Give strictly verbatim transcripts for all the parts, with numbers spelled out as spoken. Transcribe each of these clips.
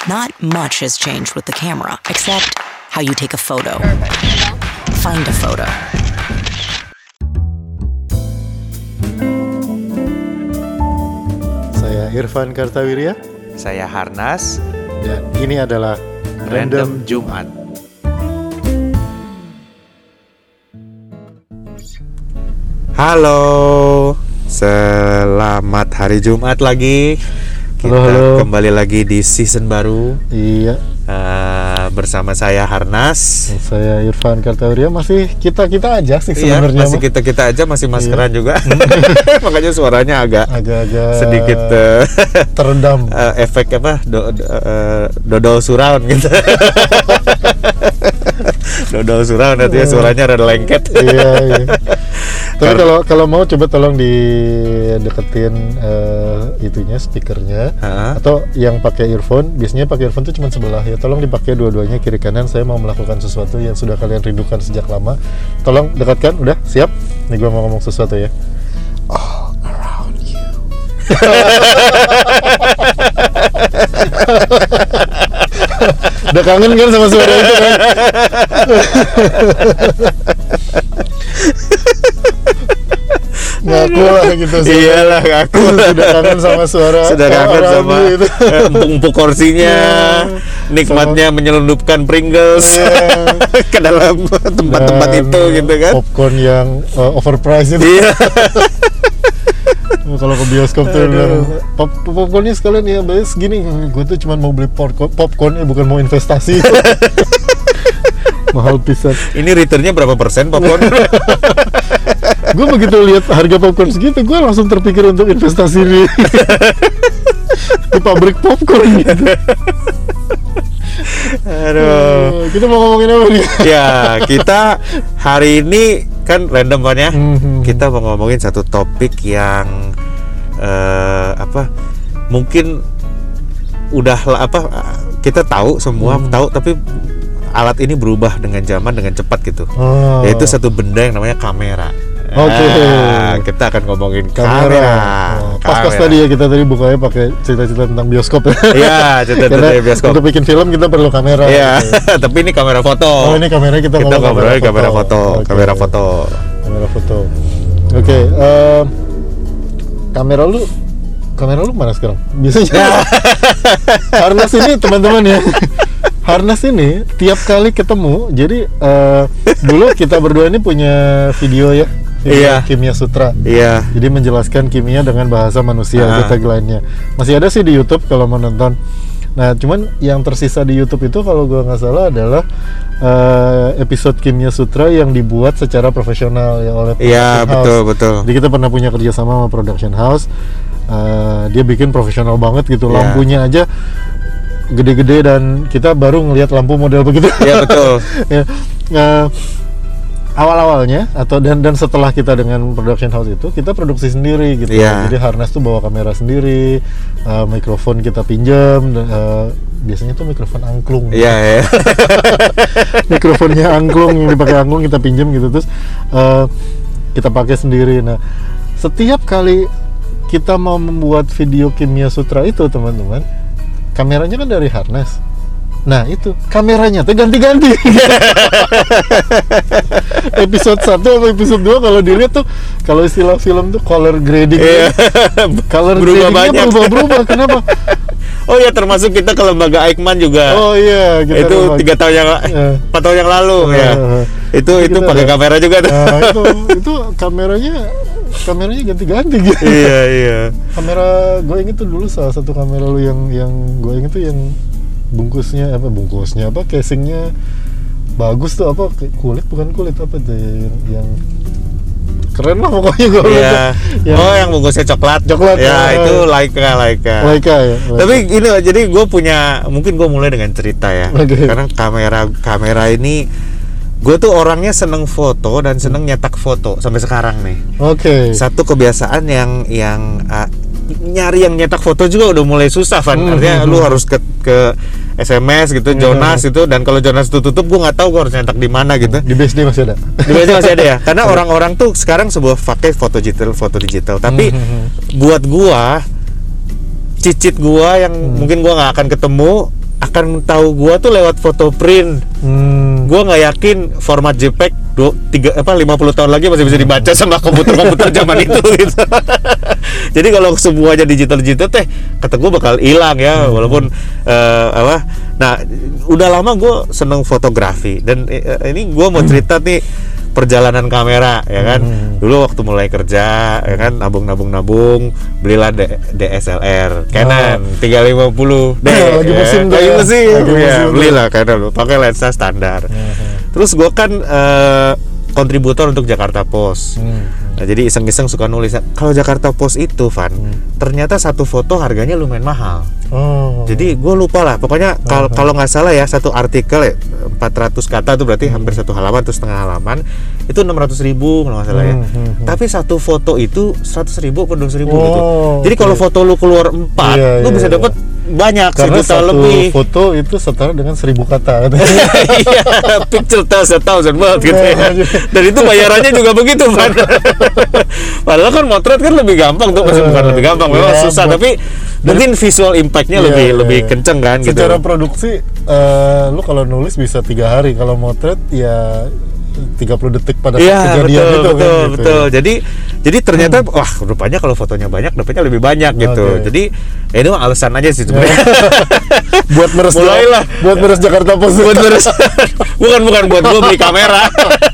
Not much has changed with the camera, except how you take a photo. Find a photo. Saya Irfan Kartawirya. Saya Harnas. Dan ini adalah Random, Random Jumat. Halo, selamat hari Jumat lagi. Kita halo, halo. Kembali lagi di season baru. Iya. Uh, bersama saya Harnas. Saya Irfan Kartawirya. Masih kita kita aja sih iya, sebenarnya. Masih kita kita aja, masih maskeran iya. juga. Makanya suaranya agak agak-agak sedikit uh, terendam. Uh, efek apa? Do, do, uh, dodol surround gitu. Dodol surround nanti suaranya rada lengket. Iya, iya. Tapi kalau kalau mau coba tolong dideketin uh, itunya speakernya ha? Atau yang pakai earphone, biasanya pakai earphone tuh cuma sebelah ya. Tolong dipakai dua-duanya kiri kanan. Saya mau melakukan sesuatu yang sudah kalian rindukan sejak lama. Tolong dekatkan, udah siap? Nih gue mau ngomong sesuatu ya. All around you. Udah kangen kan sama suara itu kan? Ngaku lah gitu. Iyalah ngaku lah. Sudah kangen sama suara. Sudah kangen sama gitu. empuk-empuk kursinya, nikmatnya sama menyelundupkan Pringles yeah. ke dalam tempat-tempat dan itu gitu kan. Popcorn yang uh, overpriced itu. Iya. Kalau ke bioskop tuh bilang, Pop, popcornnya sekalian ya, bayar segini. Gue tuh cuma mau beli popcorn, popcornnya bukan mau investasi. Mahal pisan. Ini returnnya berapa persen popcorn? Gue begitu lihat harga popcorn segitu, gue langsung terpikir untuk investasi di, di pabrik popcorn gitu. Aduh. Kita mau ngomongin apa nih? Ya, kita hari ini kan random kan ya. Mm-hmm. Kita mau ngomongin satu topik yang uh, apa? Mungkin udah apa? Kita tahu semua mm. tahu, tapi alat ini berubah dengan zaman dengan cepat gitu. Oh. Yaitu satu benda yang namanya kamera. Oke, okay. ah, kita akan ngomongin kamera. kamera. Oh, pas-pas tadi ya kita tadi bukanya pakai cerita-cerita tentang bioskop ya. Iya, cerita-cerita bioskop. Untuk bikin film kita perlu kamera. Iya, gitu. Tapi ini kamera foto. Oh, ini kamera kita, kita ngomong kamera, kamera foto. Kamera foto. Okay. Kamera foto. Kamera foto. Oke, okay, uh, kamera lu kamera lu mana sekarang? Biasanya Harnas ini teman-teman ya. Harnas ini tiap kali ketemu, jadi uh, dulu kita berdua ini punya video ya. Iya. Kimia Sutra. Iya. Jadi menjelaskan kimia dengan bahasa manusia, uh-huh. tagline-nya. Masih ada sih di YouTube kalau mau nonton. Nah, cuman yang tersisa di YouTube itu kalau gue nggak salah adalah uh, episode Kimia Sutra yang dibuat secara profesional ya oleh production yeah, house. Iya, betul betul. Jadi kita pernah punya kerjasama sama production house. Uh, dia bikin profesional banget gitu. Yeah. Lampunya aja gede-gede dan kita baru ngelihat lampu model begitu. Iya, yeah, betul. ya. Uh, awal-awalnya atau dan dan setelah kita dengan production house itu kita produksi sendiri gitu. Yeah. Jadi Harnas tuh bawa kamera sendiri, uh, mikrofon kita pinjam, uh, biasanya tuh mikrofon angklung. Iya, yeah, ya. Yeah. Mikrofonnya angklung yang dipakai angklung kita pinjam gitu, terus uh, kita pakai sendiri. Nah, setiap kali kita mau membuat video Kimia Sutra itu, teman-teman, kameranya kan dari Harnas. Nah itu kameranya tuh ganti-ganti. Episode satu atau episode dua kalau dilihat tuh, kalau istilah film tuh color grading. Iya. Color berubah gradingnya banyak. berubah-berubah. Kenapa? Oh ya, termasuk kita ke lembaga Aikman juga. Oh iya. Kita itu lembaga. tiga tahun yang uh. empat tahun yang lalu uh, ya. Uh, itu itu pakai kamera juga tuh. Nah, itu itu kameranya kameranya ganti-ganti gitu. Iya iya. Kamera gue inget tuh dulu salah satu kamera lu yang yang gue inget tuh yang bungkusnya apa bungkusnya apa casingnya bagus tuh, apa kulit bukan kulit apa tuh yang, yang keren lah pokoknya gue yeah. yang, oh yang bungkusnya coklat coklat ya, ya itu Leica Leica Leica ya Leica. Tapi ini jadi gue punya, mungkin gue mulai dengan cerita ya. Okay. Karena kamera kamera ini gue tuh orangnya seneng foto dan seneng nyetak foto sampai sekarang nih. Oke. Okay. Satu kebiasaan yang yang uh, nyari yang nyetak foto juga udah mulai susah, Van. Hmm, Artinya hmm, lu hmm. harus ke ke S M S gitu, hmm. Jonas itu, dan kalau Jonas itu tutup, gue nggak tahu gue harus nyetak di mana gitu. Di B S D masih ada. Di B S D masih ada ya. Karena orang-orang tuh sekarang sebuah pakai foto digital, foto digital. Tapi hmm, hmm. buat gua, cicit gua yang hmm. mungkin gua nggak akan ketemu, akan tahu gua tuh lewat foto print. Hmm. Gua nggak yakin format JPEG dua, tiga, apa, lima puluh tahun lagi masih bisa dibaca sama komputer-komputer zaman itu gitu. Jadi kalau semuanya digital-digital teh kata gua bakal hilang ya, hmm. walaupun uh, apa. Nah, udah lama gua seneng fotografi dan uh, ini gua mau cerita nih perjalanan kamera ya kan. Hmm. Dulu waktu mulai kerja ya kan, nabung-nabung-nabung, belilah D- DSLR Canon oh. tiga lima puluh D. Ya, lagi musim ya, lagi musim. Lagi Ya, musim belilah Canon, pakai lensa standar. Hmm. Terus gua kan uh, kontributor untuk Jakarta Post. Hmm. Nah, jadi iseng-iseng suka nulis. Kalau Jakarta Post itu, Van, hmm. ternyata satu foto harganya lumayan mahal. Oh. Jadi gue lupa lah. Pokoknya kalau uh-huh. kalau nggak salah ya, satu artikel ya, empat ratus kata tuh berarti hmm. hampir satu halaman atau setengah halaman. Itu enam ratus ribu kalau nggak salah ya. Hmm, hmm, hmm. Tapi satu foto itu seratus ribu atau dua ratus ribu oh, gitu. Jadi okay. kalau foto lu keluar empat, yeah, lu yeah, bisa yeah. dapat banyak, karena sejuta satu lebih. Foto itu setara dengan seribu kata. Iya, picture tells a thousand words gitu ya. Dan itu bayarannya juga begitu, Van. Padahal kan motret kan lebih gampang tuh, masih bukan lebih gampang, memang ya, susah, tapi mungkin visual impact-nya iya, lebih iya, lebih iya. kenceng kan gitu. Secara produksi, uh, lu kalau nulis bisa tiga hari, kalau motret ya tiga puluh detik pada ya, kejadian betul, itu betul, kan gitu, betul. Ya. Jadi jadi ternyata hmm. wah rupanya kalau fotonya banyak dapatnya lebih banyak gitu. Okay. Jadi ya itu alasan aja sih sebenarnya. buat meres mulailah buat meres Jakarta Post. Buat meres. bukan bukan buat gua beli kamera.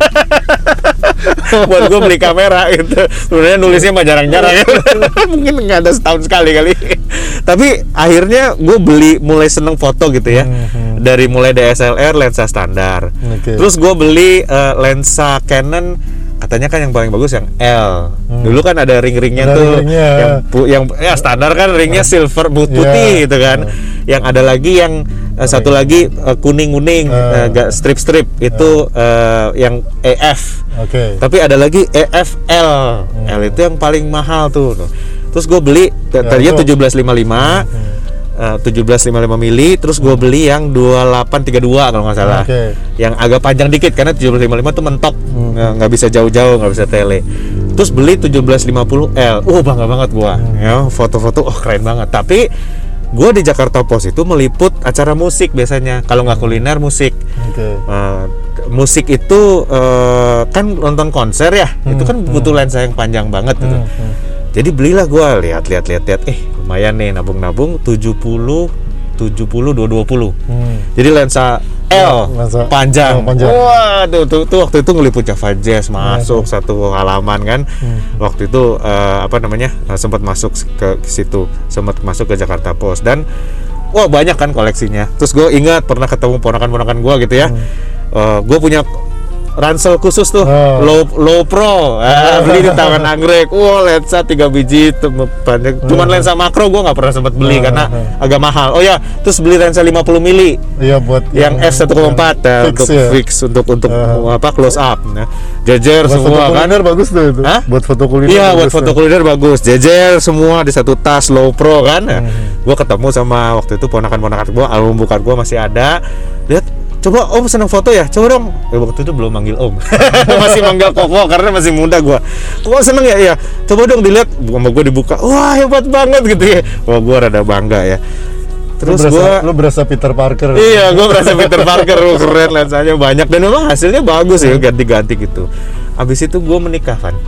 buat gua beli kamera gitu. Sebenarnya nulisnya mah jarang-jarang ya. Mungkin nggak ada setahun sekali kali. Tapi akhirnya gua beli, mulai seneng foto gitu ya. Hmm. Dari mulai D S L R lensa standar. Okay. Terus gua beli uh, lensa Canon, katanya kan yang paling bagus yang L. Hmm. Dulu kan ada ring-ringnya ada tuh ring-ringnya. yang pu- yang ya standar kan ringnya silver putih yeah. gitu kan. Uh. Yang ada lagi yang uh, satu lagi uh, kuning-kuning uh. uh, strip-strip itu uh. Uh, yang E F. Okay. Tapi ada lagi E F L. Hmm. L itu yang paling mahal tuh. Terus gue beli tadinya tujuh belas lima puluh lima. Hmm. Uh, tujuh belas lima puluh lima mili, terus gue beli yang dua puluh delapan tiga puluh dua kalau nggak salah, okay. yang agak panjang dikit karena tujuh belas lima puluh lima tuh mentok, hmm. nggak bisa jauh-jauh, nggak bisa tele. Terus beli tujuh belas lima puluh L, uh bangga banget gue, hmm. ya foto-foto, oh keren banget. Tapi gue di Jakarta Post itu meliput acara musik biasanya, kalau nggak kuliner musik. Okay. Uh, musik itu uh, kan nonton konser ya, hmm. itu kan butuh lensa yang panjang banget gitu. Hmm. Hmm. Jadi belilah gue, lihat-lihat lihat-lihat, eh lumayan nih nabung-nabung tujuh puluh tujuh puluh dua dua puluh. Hmm. Jadi lensa L lensa panjang. Oh, panjang. Wah, tuh, tuh, tuh waktu itu ngeliput Java Jazz masuk hmm. satu halaman kan. Hmm. Waktu itu uh, apa namanya? Uh, sempat masuk ke situ, sempat masuk ke Jakarta Post dan wah banyak kan koleksinya. Terus gue ingat pernah ketemu ponakan-ponakan gue gitu ya. Hmm. Uh, gue punya ransel khusus tuh, oh. low low pro, ah, beli di Taman Anggrek. Wow, lensa tiga biji, banyak. Cuman hmm. lensa makro gue nggak pernah sempat beli hmm. karena hmm. agak mahal. Oh ya, terus beli lensa lima puluh mili, iya, buat yang, yang F satu koma empat ya, untuk ya. fix, untuk untuk uh. apa close up, nah. jejer buat semua foto kan. Kuliner bagus tuh itu. Hah? Buat foto kuliner. Iya, buat foto kuliner bagus. Jejer semua di satu tas low pro kan. Nah, hmm. gue ketemu sama waktu itu ponakan-ponakan gue, album bukan gue masih ada. Lihat. Coba Om senang foto ya, coba dong. Eh, waktu itu belum manggil Om, masih manggil Koko karena masih muda gue. Kok seneng ya? Iya. Coba dong dilihat, sama gue dibuka. Wah hebat banget gitu ya. Wah gue rada bangga ya. Terus gue, lo berasa Peter Parker. Iya, gue berasa Peter Parker. Keren, lensanya banyak dan memang hasilnya bagus ya, ganti-ganti gitu. Abis itu gue menikah kan.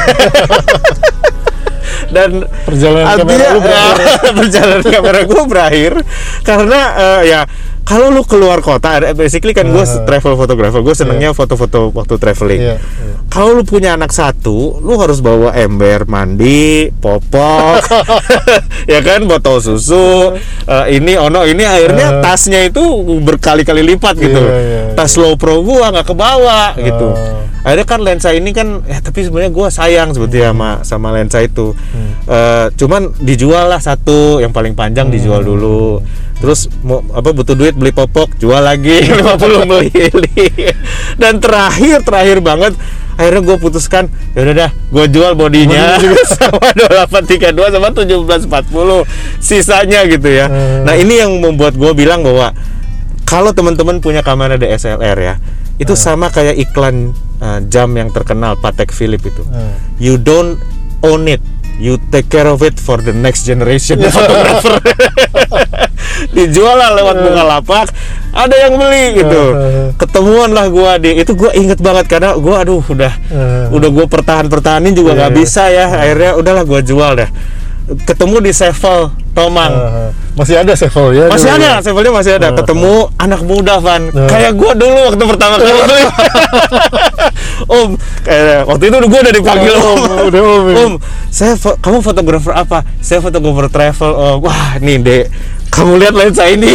Dan perjalanan kamera lu berakhir. perjalanan kamera gue berakhir karena uh, ya kalau lu keluar kota, basically kan gue uh, travel photographer, gue senengnya yeah. foto-foto waktu traveling. Yeah, yeah. Kalau lu punya anak satu, lu harus bawa ember mandi, popok, ya kan, botol susu, uh, ini ono ini akhirnya uh, tasnya itu berkali-kali lipat gitu. Yeah, yeah, Tas low pro gue nggak kebawa uh, gitu. Akhirnya kan lensa ini kan, ya tapi sebenarnya gue sayang sebetulnya hmm. sama sama lensa itu. Hmm. Uh, cuman dijual lah satu yang paling panjang hmm. dijual dulu. Terus mau apa butuh duit beli popok, jual lagi lima puluh mili. Dan terakhir terakhir banget akhirnya gue putuskan ya udah dah gue jual bodinya sama dua delapan tiga dua sama tujuh belas empat puluh sisanya gitu ya. Hmm. Nah, ini yang membuat gue bilang bahwa kalau teman-teman punya kamera D S L R ya, itu hmm. sama kayak iklan uh, jam yang terkenal Patek Philippe itu. Hmm. You don't own it, you take care of it for the next generation photographer. dijual lah lewat Bukalapak, ada yang beli gitu. Ketemuan lah gue di itu, gue inget banget karena gue aduh udah udah gue pertahan-pertahanin juga nggak bisa ya, akhirnya udahlah gue jual deh. Ketemu di Sevel Tomang. Uh, masih ada Sevel ya? Masih dulu. Ada, Sevelnya masih ada. Uh, Ketemu uh. anak muda, Van. Uh. Kayak gue dulu waktu pertama kali. Uh. Om, kayak waktu itu gue udah dipanggil uh, Om. Udah Om. Ya. Om, saya fo- kamu fotografer apa? Saya fotografer travel. Om. Wah, nih Dek, kamu lihat lensa ini.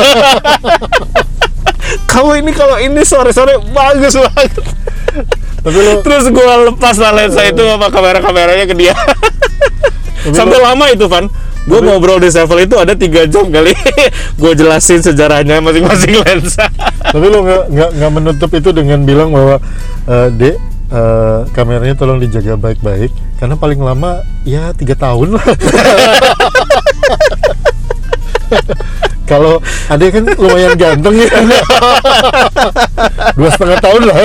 Kamu ini kalau ini sore-sore bagus banget. Tapi lo... Terus gue lepas lah lensa uh. itu sama kamera-kameranya ke dia. Tapi sampai lo, lama itu, Van. Gue ngobrol di Sevel itu ada tiga jam kali. Gue jelasin sejarahnya masing-masing lensa. Tapi lo nggak nggak nggak menutup itu dengan bilang bahwa uh, Dek, uh, kameranya tolong dijaga baik-baik karena paling lama ya tiga tahun lah. Kalau adek kan lumayan ganteng ya. Dua setengah tahun lah.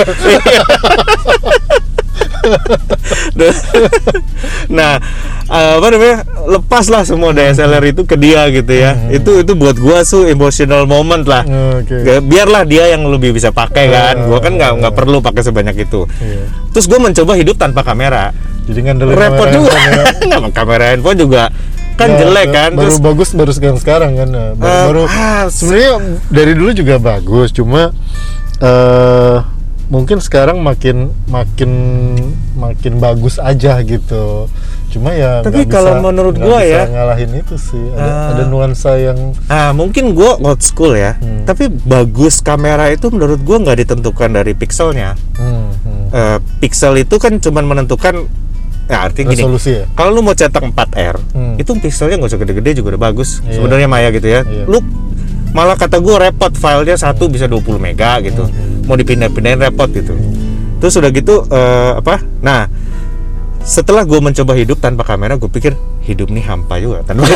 Nah, uh, apa namanya, lepas lah semua D S L R itu ke dia gitu ya. Hmm. Itu itu buat gua tuh emotional moment lah. Okay. Biarlah dia yang lebih bisa pakai kan. Uh, gua kan nggak nggak uh, perlu pakai sebanyak itu. Yeah. Terus gua mencoba hidup tanpa kamera. Jadi ngandelin repot juga. Nggak kamera handphone juga kan ya, jelek kan. Baru terus bagus baru sekarang sekarang kan. Baru, uh, baru ah, sebenarnya dari dulu juga bagus, cuma uh, mungkin sekarang makin makin makin bagus aja gitu. Cuma ya tapi kalau bisa, menurut gua ya ngalahin itu sih ada, uh, ada nuansa yang ah mungkin gua old school ya. Hmm. Tapi bagus kamera itu menurut gua nggak ditentukan dari pixelnya. Hmm, hmm. Uh, pixel itu kan cuman menentukan ya artinya gini. Ya? Kalau lu mau cetak empat R, hmm. itu pixelnya nggak usah gede-gede juga udah bagus. Iya. Sebenarnya Maya gitu ya. Iya. Lu malah kata gue repot, filenya satu hmm. bisa dua puluh mega gitu. Hmm. Mau dipindah-pindahin repot gitu. Hmm. Terus udah gitu uh, apa? Nah, setelah gue mencoba hidup tanpa kamera, gue pikir hidup nih hampa juga tanpa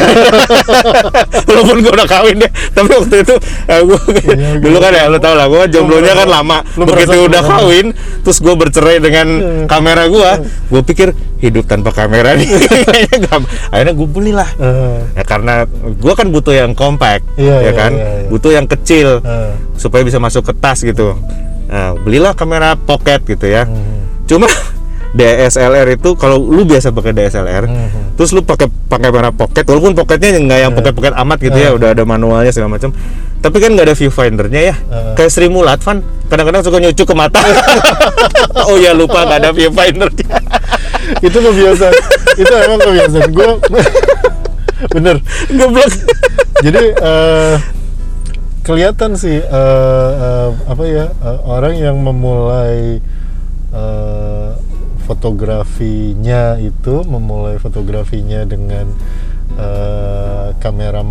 walaupun gue udah kawin deh, tapi waktu itu uh, gue iya, dulu kan ya lo tau lah, gue jomblonya kan lama. Begitu udah kawin, terus gue bercerai dengan hmm. kamera gue, gue pikir hidup tanpa kamera nih akhirnya gue belilah. Uh. Ya karena gue kan butuh yang compact, iya, ya kan, iya, iya. butuh yang kecil uh. supaya bisa masuk ke tas gitu. Nah, belilah kamera pocket gitu ya. Hmm. Cuma D S L R itu kalau lu biasa pakai D S L R, mm-hmm. terus lu pakai pakai kamera pocket, walaupun pocketnya nggak yang pocket-pocket amat gitu uh-huh. ya, udah ada manualnya segala macam, tapi kan nggak ada viewfindernya ya, uh-huh. kayak Sri Mulat, Van, kadang-kadang suka nyucuk ke mata. Oh ya lupa nggak ada viewfindernya. Itu kebiasaan, itu emang kebiasaan gue. Bener, goblok. Jadi uh, kelihatan sih uh, uh, apa ya uh, orang yang memulai uh, fotografinya itu memulai fotografinya dengan uh, kamera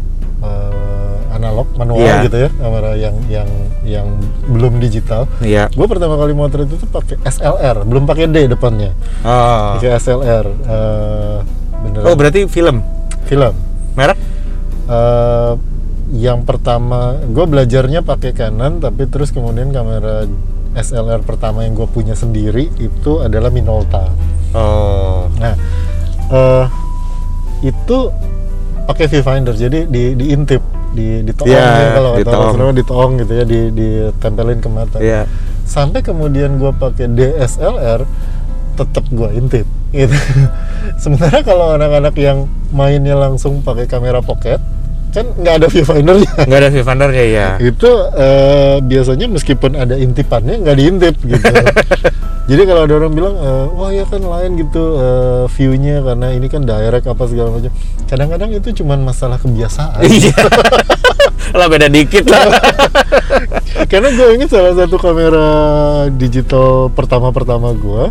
uh, analog manual yeah. gitu ya, kamera yang yang yang belum digital. Yeah. Gue pertama kali motret itu tuh pakai S L R, belum pakai D depannya. Oh. Pakai S L R. Uh, beneran. Oh berarti film? Film. Merek? Uh, yang pertama gue belajarnya pakai Canon, tapi terus kemudian kamera S L R pertama yang gue punya sendiri itu adalah Minolta. Oh. Nah, uh, itu pakai viewfinder, jadi di diintip, di ditoong yeah, ya kalau kata orang ditoong gitu ya, di ditempelin ke mata. Yeah. Sampai kemudian gue pakai D S L R, tetap gue intip. Gitu. Sementara kalau anak-anak yang mainnya langsung pakai kamera pocket, kan nggak ada viewfindernya. Nggak ada viewfindernya ya. Itu uh, biasanya meskipun ada intipannya nggak diintip gitu. Jadi kalau ada orang bilang, uh, wah ya kan lain gitu uh, viewnya karena ini kan direct apa segala macam. Kadang-kadang itu cuma masalah kebiasaan. Iya. Lah beda dikit lah. Karena gue ingat salah satu kamera digital pertama-pertama gue,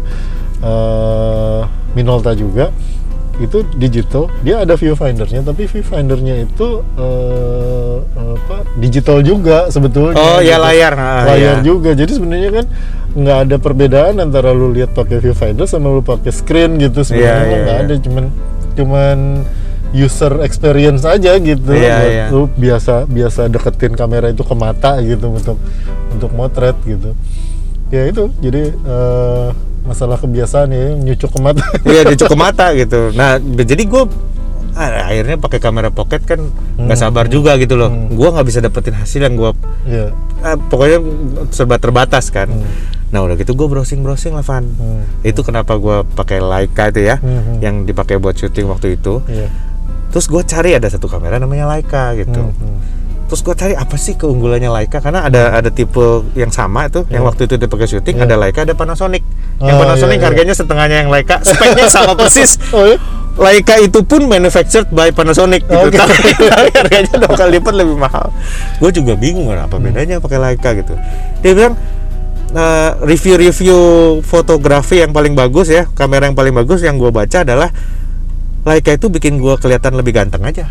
uh, Minolta juga. Itu digital, dia ada viewfindernya, tapi viewfindernya itu uh, apa digital juga sebetulnya. Oh ya gitu. Layar, nah, layar ya. Juga. Jadi sebenarnya kan nggak ada perbedaan antara lu lihat pakai viewfinder sama lu pakai screen gitu. Sebenarnya yeah, nggak yeah, ada, cuman cuman user experience aja gitu. Yeah, buat yeah. Lu biasa biasa deketin kamera itu ke mata gitu untuk untuk motret gitu. Ya itu, jadi uh, masalah kebiasaan ya, nyucuk ke mata. Iya, nyucuk ke mata gitu. Nah, jadi gue ah, akhirnya pakai kamera pocket kan nggak hmm. sabar juga gitu loh. Hmm. Gua nggak bisa dapetin hasil yang gua yeah. ah, pokoknya serba terbatas kan. Hmm. Nah udah gitu gue browsing browsing lah Van. Hmm. Itu kenapa gue pakai Leica itu ya, hmm. yang dipakai buat syuting waktu itu. Yeah. Terus gue cari ada satu kamera namanya Leica gitu. Hmm. Terus gue cari apa sih keunggulannya Leica, karena ada ada tipe yang sama itu, yeah. yang waktu itu dipakai syuting, yeah. ada Leica, ada Panasonic. Yang oh, Panasonic yeah, yeah. harganya setengahnya yang Leica, speknya sama persis. Oh, yeah? Leica itu pun manufactured by Panasonic gitu, okay. tapi, tapi harganya dua kali lipat lebih mahal. Gue juga bingung apa bedanya pakai Leica gitu. Dia bilang uh, review-review fotografi yang paling bagus ya, kamera yang paling bagus yang gue baca adalah Leica itu bikin gue kelihatan lebih ganteng aja.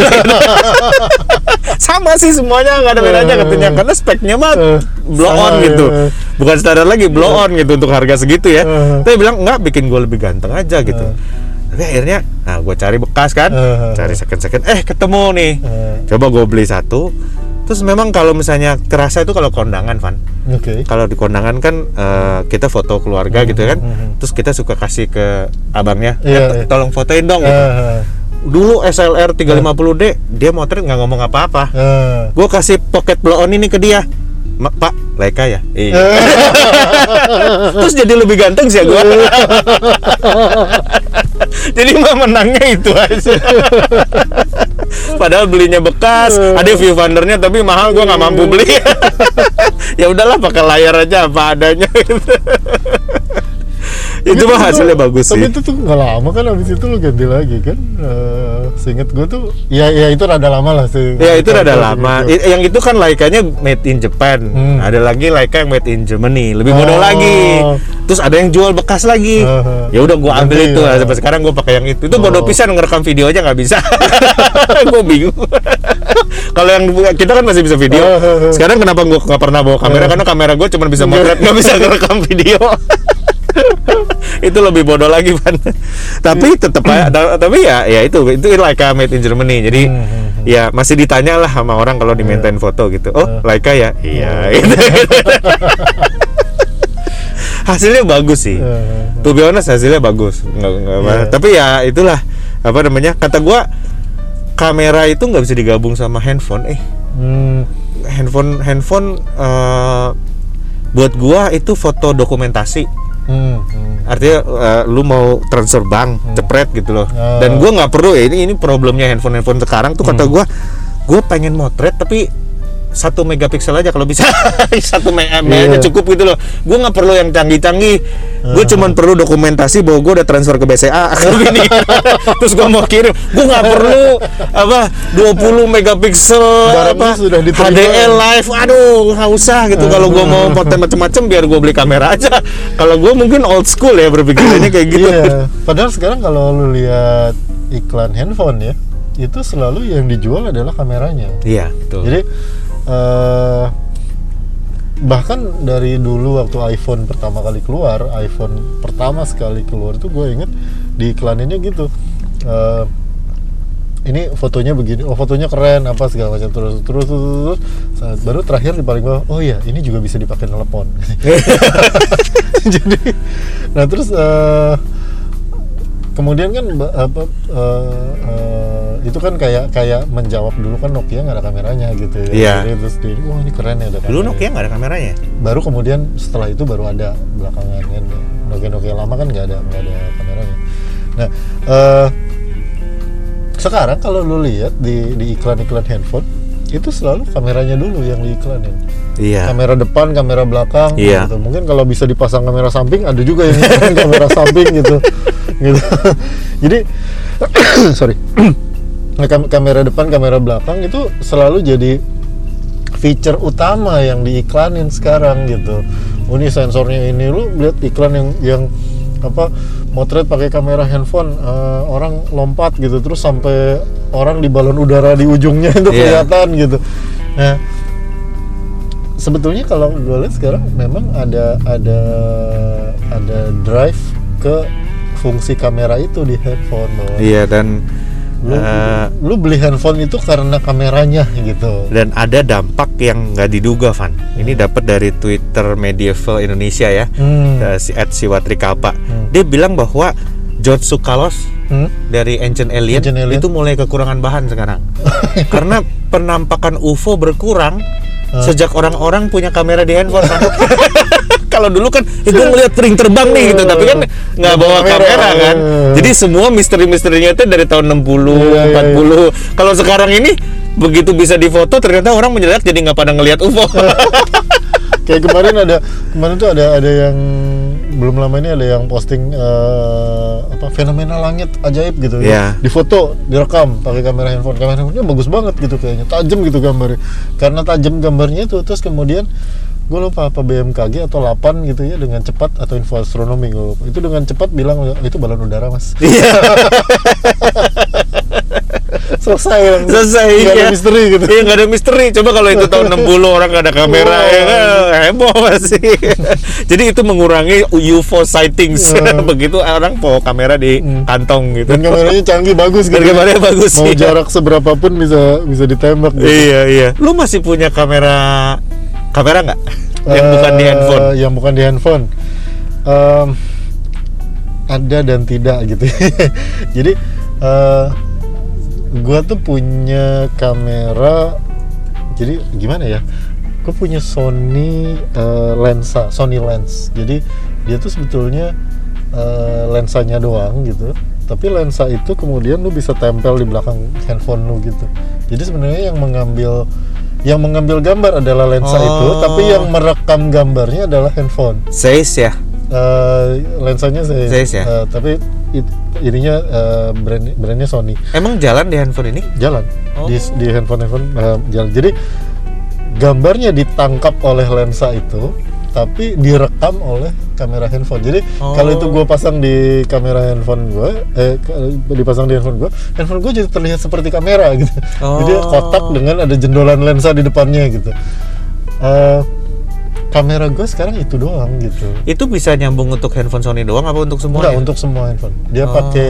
Sama sih semuanya, nggak ada bedanya katanya, karena speknya mah blow on gitu, bukan standar lagi, blow on gitu untuk harga segitu ya. Tapi bilang nggak, bikin gue lebih ganteng aja gitu. Tapi akhirnya, nah gue cari bekas kan, cari second-second, eh ketemu nih, coba gue beli satu. Terus memang kalau misalnya kerasa itu kalau kondangan, Van. Okay. Kalau di kondangan kan uh, kita foto keluarga hmm, gitu kan. Hmm. Terus kita suka kasih ke abangnya, yeah, eh, yeah. tolong fotoin dong. Uh, gitu. Uh. Dulu S L R tiga lima nol D, dia motret nggak ngomong apa-apa. Uh. Gue kasih pocket blow on ini ke dia. Pak, Leica ya? Iya. Uh. Terus jadi lebih ganteng sih ya gue. Jadi mah menangnya itu aja. Padahal belinya bekas, ada viewfindernya tapi mahal, gue nggak mampu beli. Ya udahlah pakai layar aja apa adanya. Itu mah hasilnya bagus sih. Tapi itu tuh nggak lama kan, habis itu lu ganti lagi kan? Uh, seinget gue tuh, ya ya itu rada lama lah sih. Ya itu rada lama. Gitu. Yang itu kan Leica-nya made in Japan. Hmm. Ada lagi Leica yang made in Germany, lebih bodoh oh. lagi. Terus ada yang jual bekas lagi. Uh, ya udah gue ambil itu. Ya. Sampai sekarang gue pakai yang itu. Itu oh. bodoh pisan, ngerekam video aja nggak bisa. Gue bingung. Kalau yang kita kan masih bisa video. Uh, sekarang kenapa gue nggak pernah bawa kamera? Uh, Karena kamera gue cuma bisa motret, nggak bisa ngerekam video. Itu lebih bodoh lagi kan. Tapi tetap tapi ya ya itu itu Leica made in Germany. Jadi hmm, ya masih ditanya lah sama orang kalau dimintain foto gitu. Oh, Leica ya? Iya gitu. Hasilnya bagus sih. To be honest hasilnya bagus. Nggak, nggak yeah. Tapi ya itulah apa namanya? Kata gua kamera itu nggak bisa digabung sama handphone. Eh. Hmm. Handphone handphone uh, buat gua itu foto dokumentasi. Hmm, hmm. Artinya uh, lu mau transfer bank, hmm. cepret gitu loh. Uh. Dan gue nggak perlu ya, ini ini problemnya handphone handphone sekarang tuh, hmm. kata gue, gue pengen motret tapi satu megapiksel aja kalau bisa. Satu mega yeah. aja cukup gitu loh. Gue nggak perlu yang canggih-canggih. Uh. Gue cuman perlu dokumentasi bahwa gue udah transfer ke B C A. Terus gue mau kirim, gue nggak perlu apa dua puluh megapiksel apa sudah H D R live. Aduh nggak usah gitu. Uh. Kalau gue mau potret macam-macam biar gue beli kamera aja. Kalau gue mungkin old school ya berpikirnya kayak gitu. Yeah. Padahal sekarang kalau lu lihat iklan handphone ya, itu selalu yang dijual adalah kameranya. Iya betul. Jadi Uh, bahkan dari dulu waktu iPhone pertama kali keluar, iPhone pertama sekali keluar tuh gue inget di iklaninnya gitu, uh, ini fotonya begini, oh fotonya keren apa segala macam, terus terus terus, terus saat baru terakhir di paling bawah, oh iya ini juga bisa dipakai telepon. Jadi, nah terus uh, kemudian kan apa uh, uh, itu kan kayak kayak menjawab dulu kan Nokia nggak ada kameranya gitu ya. Yeah. Jadi terus dia, wah ini keren ya ada kameranya. Dulu Nokia nggak ada kameranya. Baru kemudian setelah itu baru ada belakangan kan. Nokia Nokia lama kan nggak ada nggak ada kameranya. Nah uh, sekarang kalau lu lihat di di iklan-iklan handphone itu selalu kameranya dulu yang diiklanin. Iya. Kamera depan, kamera belakang. Iya. Gitu. Mungkin kalau bisa dipasang kamera samping, ada juga yang kamera samping gitu. Gitu. Jadi, sorry. Kam- kamera depan, kamera belakang itu selalu jadi feature utama yang diiklanin sekarang gitu. Oh ini sensornya ini, lu lihat iklan yang yang apa motret pakai kamera handphone, uh, orang lompat gitu terus sampai orang di balon udara di ujungnya itu yeah. kelihatan gitu. Nah sebetulnya kalau gue lihat sekarang memang ada ada ada drive ke fungsi kamera itu di handphone. Iya yeah, dan lu, uh, lu beli handphone itu karena kameranya gitu. Dan ada dampak yang nggak diduga, Van. Ini hmm. dapat dari Twitter Medieval Indonesia ya, hmm. si at siwatrikapa. Hmm. Dia bilang bahwa George Tsoukalos hmm? dari Ancient Alien, Ancient Alien itu mulai kekurangan bahan sekarang. Karena penampakan U F O berkurang uh. sejak orang-orang punya kamera di handphone. Kalau dulu kan itu ngeliat ring terbang nih gitu, tapi kan nggak bawa kamera, kamera kan. Jadi semua misteri-misterinya itu dari tahun enam puluh, empat puluh. Kalau sekarang ini begitu bisa difoto, ternyata orang menjelek jadi nggak pada ngelihat U F O. Kayak kemarin ada kemarin tuh ada ada yang belum lama ini ada yang posting uh, apa fenomena langit ajaib gitu yeah. ya. Difoto, direkam pakai kamera handphone. Kamera handphonenya bagus banget gitu kayaknya. Tajam gitu gambarnya. Karena tajam gambarnya itu, terus kemudian gue lupa apa B M K G atau delapan gitu ya, dengan cepat atau info astronomi gue lupa. Itu dengan cepat bilang itu balon udara, Mas. Selesai yang selesai nggak ya. Ada misteri gitu. Iya, nggak ada misteri. Coba kalau itu tahun enam puluh orang nggak ada kamera, wow. ya kan heboh pasti. Jadi itu mengurangi U F O sightings. Uh. Begitu orang bawa kamera di hmm. kantong gitu. Dan kameranya canggih, bagus gitu. Dan kameranya bagus. Mau iya. jarak seberapapun bisa bisa ditembak gitu. Iya iya. Lu masih punya kamera kamera nggak? Yang uh, bukan di handphone? Yang bukan di handphone. Um, ada dan tidak gitu. Jadi uh, gue tuh punya kamera, jadi gimana ya, gue punya Sony uh, lensa, Sony lens. Jadi dia tuh sebetulnya uh, lensanya doang gitu, tapi lensa itu kemudian lu bisa tempel di belakang handphone lu gitu. Jadi sebenarnya yang mengambil yang mengambil gambar adalah lensa oh. itu, tapi yang merekam gambarnya adalah handphone. Zeiss ya? Uh, lensanya Zeiss, Zeiss ya? Uh, tapi it, ininya uh, brand brandnya Sony. Emang jalan di handphone ini? Jalan oh. di di handphone handphone uh, jalan. Jadi gambarnya ditangkap oleh lensa itu, tapi direkam oleh kamera handphone. Jadi oh. kalau itu gue pasang di kamera handphone gue, eh dipasang di handphone gue, handphone gue jadi terlihat seperti kamera gitu. Oh. Jadi kotak dengan ada jendolan lensa di depannya gitu. Uh, kamera gue sekarang itu doang gitu. Itu bisa nyambung untuk handphone Sony doang apa untuk semua? Enggak, untuk semua handphone. Dia oh. pakai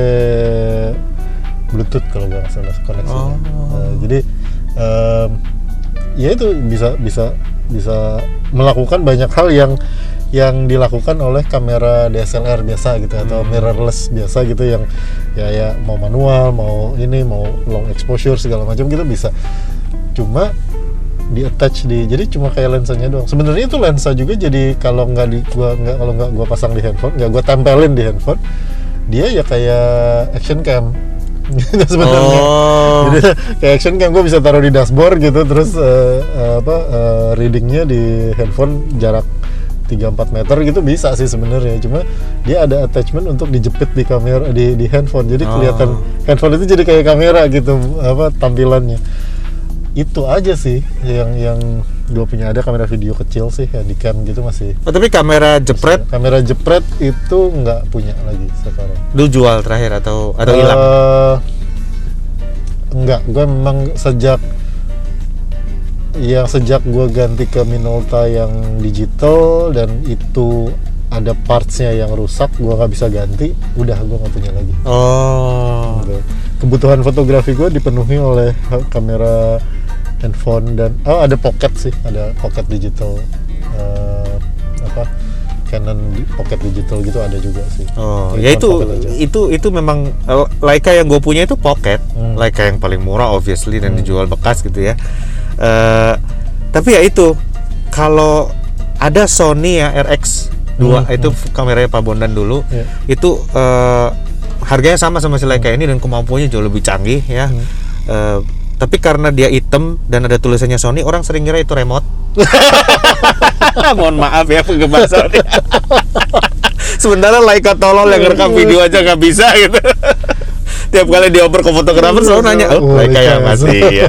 Bluetooth kalau nggak salah koneksinya. Oh. Uh, jadi um, ya itu bisa bisa bisa melakukan banyak hal yang yang dilakukan oleh kamera D S L R biasa gitu, atau hmm. mirrorless biasa gitu, yang ya ya mau manual, mau ini, mau long exposure segala macam gitu bisa. Cuma di attach di, jadi cuma kayak lensanya doang. Sebenarnya itu lensa juga, jadi kalau nggak di gua nggak kalau nggak gua pasang di handphone, nggak gua tempelin di handphone, dia ya kayak action cam gitu sebenarnya. Oh. Jadi kayak action cam, gue bisa taruh di dashboard gitu, terus uh, uh, apa uh, readingnya di handphone jarak tiga sampai empat meter gitu bisa sih sebenarnya. Cuma dia ada attachment untuk dijepit di kamera di di handphone, jadi kelihatan oh. handphone itu jadi kayak kamera gitu apa tampilannya. Itu aja sih yang yang gue punya. Ada kamera video kecil sih ya, di cam gitu masih. Oh, tapi kamera jepret? Masih, kamera jepret itu nggak punya lagi sekarang. Lu jual terakhir atau atau hilang? Uh, enggak, gue memang sejak yang sejak gue ganti ke Minolta yang digital dan itu ada partsnya yang rusak, gue nggak bisa ganti, udah gue nggak punya lagi. Oh. Kebutuhan fotografi gue dipenuhi oleh kamera handphone dan oh ada pocket sih, ada pocket digital uh, apa Canon pocket digital gitu ada juga sih. Oh, ya itu itu itu memang uh, Leica yang gue punya itu pocket, hmm. Leica yang paling murah obviously dan hmm. dijual bekas gitu ya. Uh, tapi ya itu kalau ada Sony ya R X dua hmm. itu hmm. kameranya Pak Bondan dulu, yeah. itu uh, harganya sama sama si Leica hmm. ini dan kemampuannya jauh lebih canggih ya. Hmm. Uh, tapi karena dia hitam dan ada tulisannya Sony, orang sering kira itu remote. Mohon maaf ya penggemar Sony. Sementara Leica tolol yang rekam video aja nggak bisa gitu. Tiap kali dioper ke fotografer selalu nanya, oh, Leica yang masih ya.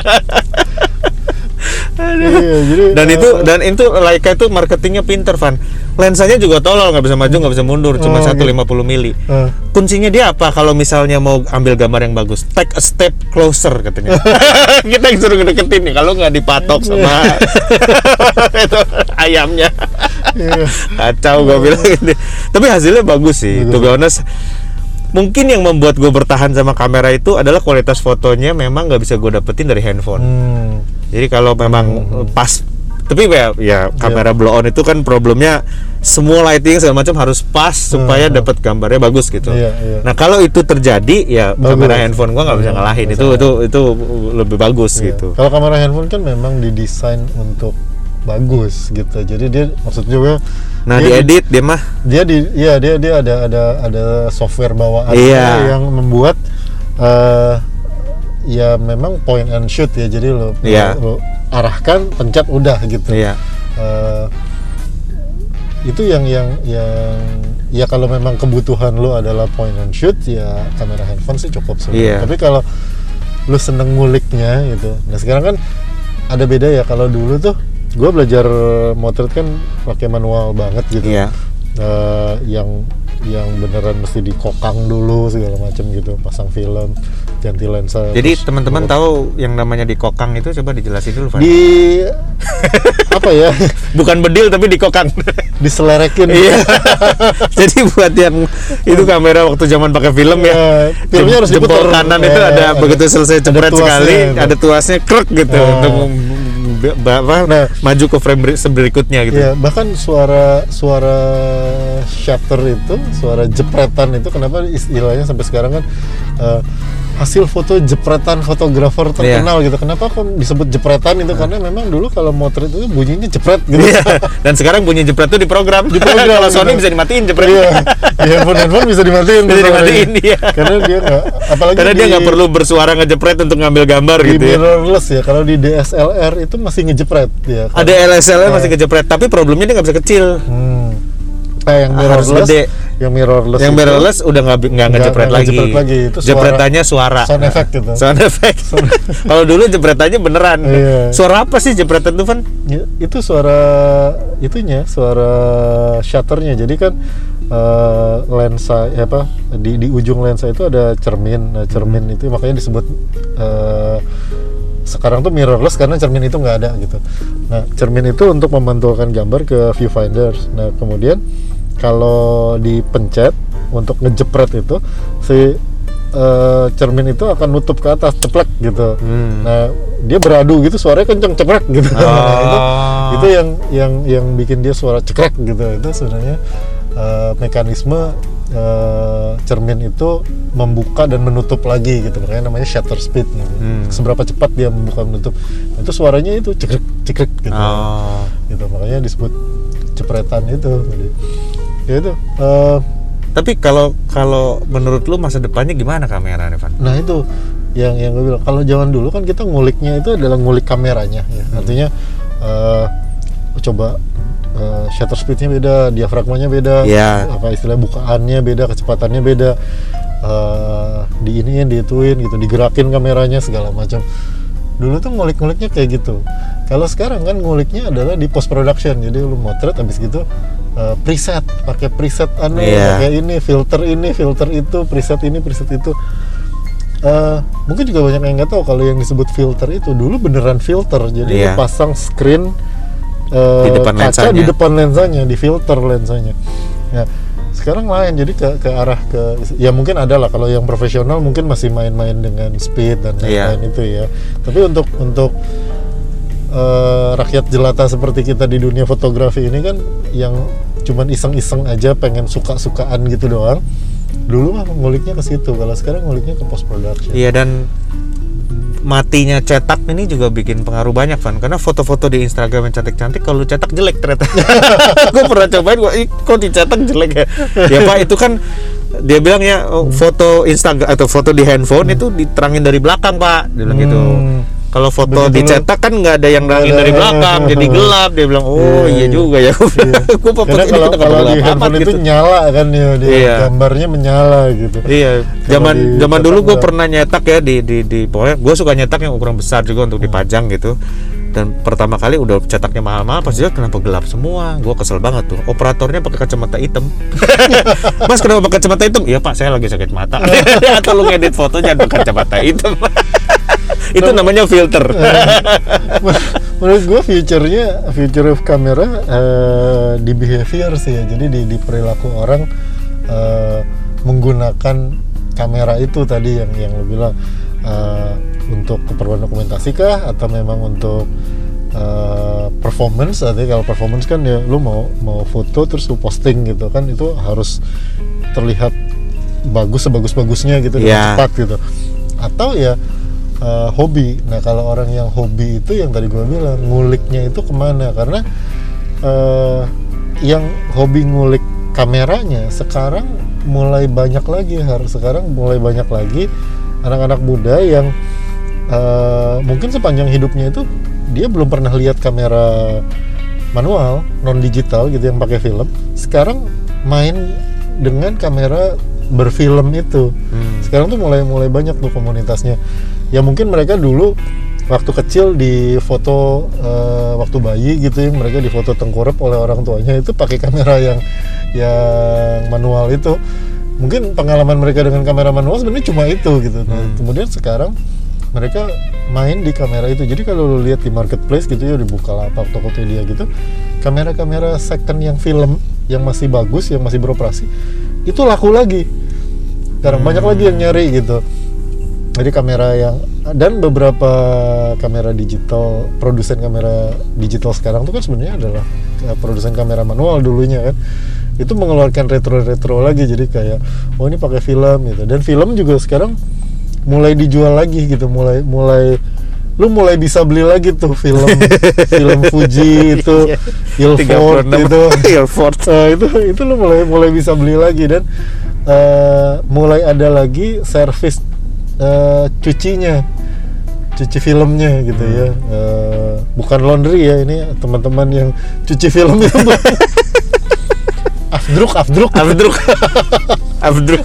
Iya, jadi, dan uh, itu dan itu Leica itu marketingnya pinter, Van. Lensanya juga tolol, nggak bisa maju, nggak bisa mundur, cuma seratus lima puluh mili. Uh. Kuncinya dia apa? Kalau misalnya mau ambil gambar yang bagus, take a step closer katanya. Kita disuruh ngedeketin nih, kalau nggak dipatok sama itu ayamnya. Kacau gue bilang gitu. Tapi hasilnya bagus sih, to be honest. Mungkin yang membuat gue bertahan sama kamera itu adalah kualitas fotonya memang nggak bisa gue dapetin dari handphone. Hmm. Jadi kalau memang hmm. pas Tapi ya, ya kamera yeah. blow on itu kan problemnya semua lighting segala macam harus pas supaya uh, dapat gambarnya bagus gitu. Yeah, yeah. Nah kalau itu terjadi ya bagus. Kamera handphone gua nggak bisa ngalahin. Itu itu itu lebih bagus yeah. gitu. Kalau kamera handphone kan memang didesain untuk bagus gitu. Jadi dia maksud juga nah dia diedit dia mah dia di ya dia dia ada ada ada software bawaan yeah. yang membuat uh, ya memang point and shoot ya. Jadi lo, yeah. lo, lo arahkan, pencet udah gitu. Yeah. Uh, itu yang yang yang ya kalau memang kebutuhan lo adalah point and shoot ya kamera handphone sih cukup sih. Yeah. Tapi kalau lo seneng nguliknya gitu. Nah sekarang kan ada beda ya. Kalau dulu tuh gue belajar motret kan pakai manual banget gitu. Yeah. Uh, yang yang beneran mesti dikokang dulu segala macam gitu, pasang film, ganti lensa. Jadi teman-teman tahu yang namanya dikokang itu, coba dijelasin dulu, Van. Di apa ya? Bukan bedil tapi dikokang. Diselerekin. Iya. Jadi buat yang itu kamera waktu zaman pakai film ya, ya filmnya harus jempol diputer. kanan ya, itu ada, ada begitu selesai jepret sekali, itu. Ada tuasnya krek gitu ya. Untuk apa? Nah, maju ke frame berikutnya gitu. Ya, bahkan suara suara shutter itu, suara jepretan itu, kenapa istilahnya sampai sekarang kan uh, hasil foto jepretan fotografer terkenal yeah. gitu. Kenapa kok disebut jepretan itu? Karena memang dulu kalau motret itu bunyinya jepret gitu. Yeah. Dan sekarang bunyi jepret itu diprogram. Diprogram. Kalau Sony bisa dimatiin jepretnya. Di handphone handphone bisa dimatiin. Bisa dimatiin dia. Karena dia nggak, apalagi karena di, dia nggak perlu bersuara ngejepret untuk ngambil gambar di gitu. Di mirrorless ya. Kalau di D S L R itu masih ngejepret ya. Ada D S L R masih ngejepret, tapi problemnya dia nggak bisa kecil. Hmm. Nah, yang mirrorless, yang mirrorless, yang mirrorless udah nggak nggak ngejepret lagi. lagi. Itu suara, jepretannya suara. Sound effect gitu. Sound effect. Kalau dulu jepretannya beneran. Iya. Suara apa sih jepretan tuh, Van? Ya, itu suara itunya, suara shutternya. Jadi kan uh, lensa ya apa di di ujung lensa itu ada cermin. Nah, cermin hmm. itu makanya disebut uh, sekarang tuh mirrorless karena cermin itu nggak ada gitu. Nah, cermin itu untuk memantulkan gambar ke viewfinders. Nah, kemudian kalau dipencet untuk ngejepret itu si uh, cermin itu akan nutup ke atas, ceplek gitu. Hmm. Nah, dia beradu gitu, suaranya kenceng, cekrek gitu. Oh. Nah, itu itu yang yang yang bikin dia suara cekrek gitu. Itu sebenarnya uh, mekanisme uh, cermin itu membuka dan menutup lagi gitu. Makanya namanya shutter speed gitu. Hmm. Seberapa cepat dia membuka menutup. Nah, itu suaranya itu cekrek cekrek gitu. Oh. Gitu. Makanya disebut jepretan itu. Jadi ya itu. Uh, Tapi kalau kalau menurut lu masa depannya gimana kamera, Evan? Nah itu yang yang gue bilang. Kalau zaman dulu kan kita nguliknya itu adalah ngulik kameranya, ya. Hmm. Artinya uh, coba uh, shutter speednya beda, diafragmanya beda, yeah. apa istilah bukaannya beda, kecepatannya beda, uh, diiniin, diituin gitu, digerakin kameranya segala macam. Dulu tuh ngulik-nguliknya kayak gitu. Kalau sekarang kan nguliknya adalah di post production. Jadi lu motret habis gitu uh, preset, pakai preset anu, yeah. pakai ini, filter ini, filter itu, preset ini, preset itu. Uh, mungkin juga banyak yang nggak tahu kalau yang disebut filter itu dulu beneran filter. Jadi yeah. lu pasang screen uh, di depan kaca lensanya. di depan lensanya, di filter lensanya. Ya. Sekarang lain, jadi ke, ke arah ke ya mungkin ada lah kalau yang profesional mungkin masih main-main dengan speed dan lain-lain yeah. itu ya. Tapi untuk untuk uh, rakyat jelata seperti kita di dunia fotografi ini kan yang cuman iseng-iseng aja pengen suka-sukaan gitu doang. Dulu mah nguliknya ke situ, kalau sekarang nguliknya ke post production. Iya, dan matinya cetak ini juga bikin pengaruh banyak, Van. Karena foto-foto di Instagram yang cantik-cantik kalau cetak jelek ternyata. Gue pernah cobain, gue kok dicetak jelek ya. Ya Pak, itu kan dia bilang ya oh, foto Instagram atau foto di handphone hmm. itu diterangin dari belakang, Pak. Dia bilang hmm. gitu. Kalau foto begitu dicetak kan nggak ada yang nerangin dari belakang, jadi gelap. Dia bilang, oh iya, iya juga ya. Iya. Gue kalau, kalau di handphone itu gitu. Nyala kan ya, dia iya. gambarnya menyala gitu. Iya. Zaman zaman dulu gue pernah nyetak ya di di di pokoknya gue suka nyetak yang ukuran besar juga untuk dipajang gitu. Dan pertama kali udah cetaknya mahal-mahal, pas dia kenapa gelap semua? Gue kesel banget tuh. Operatornya pakai kacamata hitam. Mas kenapa pakai kacamata hitam? Iya Pak, saya lagi sakit mata. Atau lu ngedit fotonya pakai kacamata hitam. Itu namanya filter. Menurut gue future-nya, future of kamera uh, di behavior sih ya. Jadi di, di perilaku orang uh, menggunakan kamera itu tadi yang yang lo bilang uh, untuk keperluan dokumentasi kah atau memang untuk uh, performance, artinya kalau performance kan ya lu mau mau foto terus lu posting gitu kan, itu harus terlihat bagus sebagus-bagusnya gitu dengan Yeah. cepat gitu. Atau ya uh, hobi. Nah kalau orang yang hobi itu yang tadi gue bilang nguliknya itu kemana, karena uh, yang hobi ngulik kameranya sekarang mulai banyak lagi, harus sekarang mulai banyak lagi anak-anak muda yang uh, mungkin sepanjang hidupnya itu dia belum pernah lihat kamera manual non digital gitu yang pakai film. Sekarang main dengan kamera berfilm itu. Hmm. Sekarang tuh mulai mulai banyak tuh komunitasnya. Ya mungkin mereka dulu waktu kecil di foto uh, waktu bayi gitu ya, mereka di foto tengkurap oleh orang tuanya itu pakai kamera yang yang manual itu. Mungkin pengalaman mereka dengan kamera manual sebenarnya cuma itu gitu. Nah, hmm. kemudian sekarang mereka main di kamera itu. Jadi kalau lu lihat di marketplace gitu ya, di Bukalapak, Tokopedia gitu, kamera-kamera second yang film yang masih bagus, yang masih beroperasi itu laku lagi. Sekarang hmm. banyak lagi yang nyari gitu. Jadi kamera yang, dan beberapa kamera digital, produsen kamera digital sekarang tuh kan sebenarnya adalah produsen kamera manual dulunya kan. Itu mengeluarkan retro-retro lagi, jadi kayak oh ini pakai film gitu. Dan film juga sekarang mulai dijual lagi gitu, mulai mulai lu mulai bisa beli lagi tuh film film Fuji itu Ilford itu Ilford uh, itu itu lu mulai mulai bisa beli lagi, dan uh, mulai ada lagi servis uh, cucinya, cuci filmnya gitu hmm. ya, uh, bukan laundry ya, ini teman-teman yang cuci film itu afdruk afdruk afdruk afdruk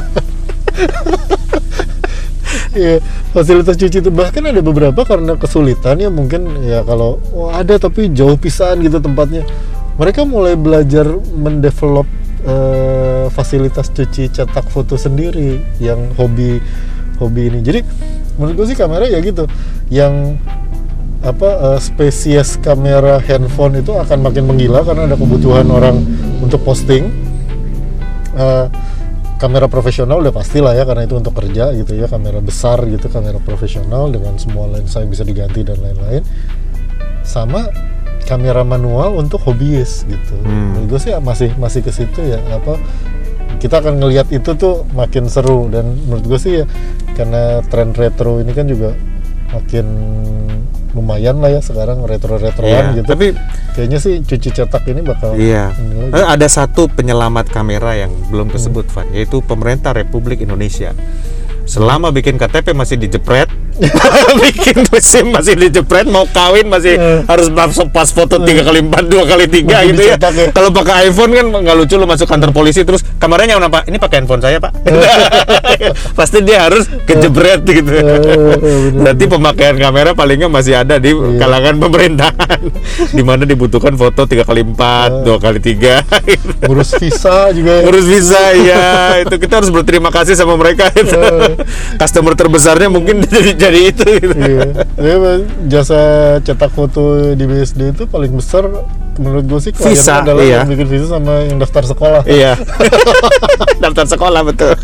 Iya, fasilitas cuci itu bahkan ada beberapa karena kesulitan ya mungkin ya, kalau oh ada tapi jauh pisan gitu tempatnya, mereka mulai belajar mendevelop uh, fasilitas cuci cetak foto sendiri yang hobi hobi ini. Jadi menurut gue sih kamera ya gitu, yang apa uh, spesies kamera handphone itu akan makin menggila karena ada kebutuhan orang untuk posting. Uh, kamera profesional udah pastilah ya, karena itu untuk kerja gitu ya, kamera besar gitu, kamera profesional dengan semua lensa yang bisa diganti dan lain-lain. Sama kamera manual untuk hobiis gitu. Hmm. Gue sih masih masih ke situ ya, apa kita akan ngelihat itu tuh makin seru, dan menurut gue sih ya karena tren retro ini kan juga makin lumayan lah ya sekarang, retro-retroan iya, gitu. Tapi kayaknya sih cuci cetak ini bakal iya. Ini ada satu penyelamat kamera yang belum tersebut, hmm. Van, yaitu pemerintah Republik Indonesia. Selama bikin K T P masih dijepret, bikin SIM masih dijepret, mau kawin masih uh. harus pas foto tiga kali empat, dua kali tiga gitu ya. ya. Kalau pakai iPhone kan nggak lucu, lo masuk kantor polisi terus kameranya apa? Ini pakai handphone saya pak. Pasti dia harus kejepret gitu. Berarti pemakaian kamera palingnya masih ada di iya. kalangan pemerintahan, di mana dibutuhkan foto tiga kali empat, dua kali tiga. Ngurus visa juga. Ya. Ngurus visa ya, itu kita harus berterima kasih sama mereka itu. Customer terbesarnya mungkin jadi jadi itu gitu. Iya. Ya, jasa cetak foto di B S D itu paling besar menurut gue sih kliennya adalah iya. yang bikin visa sama yang daftar sekolah. Iya. Daftar sekolah betul.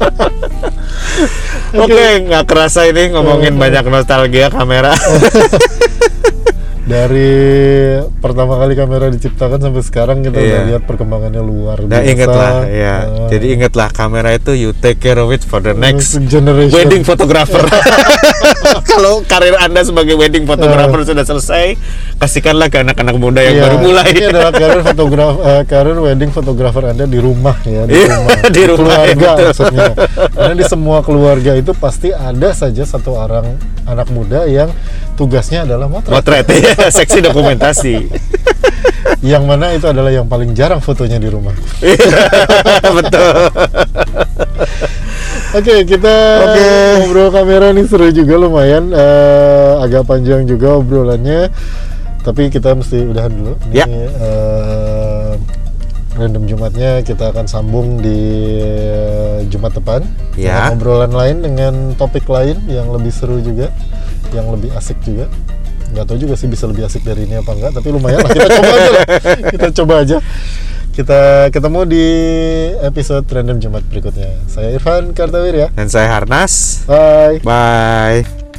Oke, okay, nggak kerasa ini ngomongin uh, banyak nostalgia kamera. Dari pertama kali kamera diciptakan sampai sekarang kita yeah. udah lihat perkembangannya luar biasa. Nah, ingatlah ya. Uh, Jadi ingatlah kamera itu you take care of it for the next generation. Wedding photographer. Kalau karir Anda sebagai wedding photographer uh, sudah selesai, kasihkanlah ke anak-anak muda yang yeah, baru mulai. Ini adalah karir fotografer, uh, karir wedding photographer Anda di rumah ya, di rumah. di rumah keluarga ya, maksudnya. Karena di semua keluarga itu pasti ada saja satu orang anak muda yang tugasnya adalah motret. Motret ya. Seksi dokumentasi. Yang mana itu adalah yang paling jarang fotonya di rumah. Betul. Oke, okay, kita okay. ngobrol kamera nih seru juga lumayan, uh, agak panjang juga obrolannya. Tapi kita mesti udahan dulu. Ini ya. uh, Random Jumatnya kita akan sambung di uh, Jumat depan. Ya. Obrolan lain dengan topik lain yang lebih seru juga, yang lebih asik juga. Nggak tahu juga sih bisa lebih asik dari ini apa enggak, tapi lumayan lah, kita coba aja lah. Kita coba aja. Kita ketemu di episode Random Jumat berikutnya. Saya Irfan Kartawirya. Dan saya Harnas. Bye. Bye.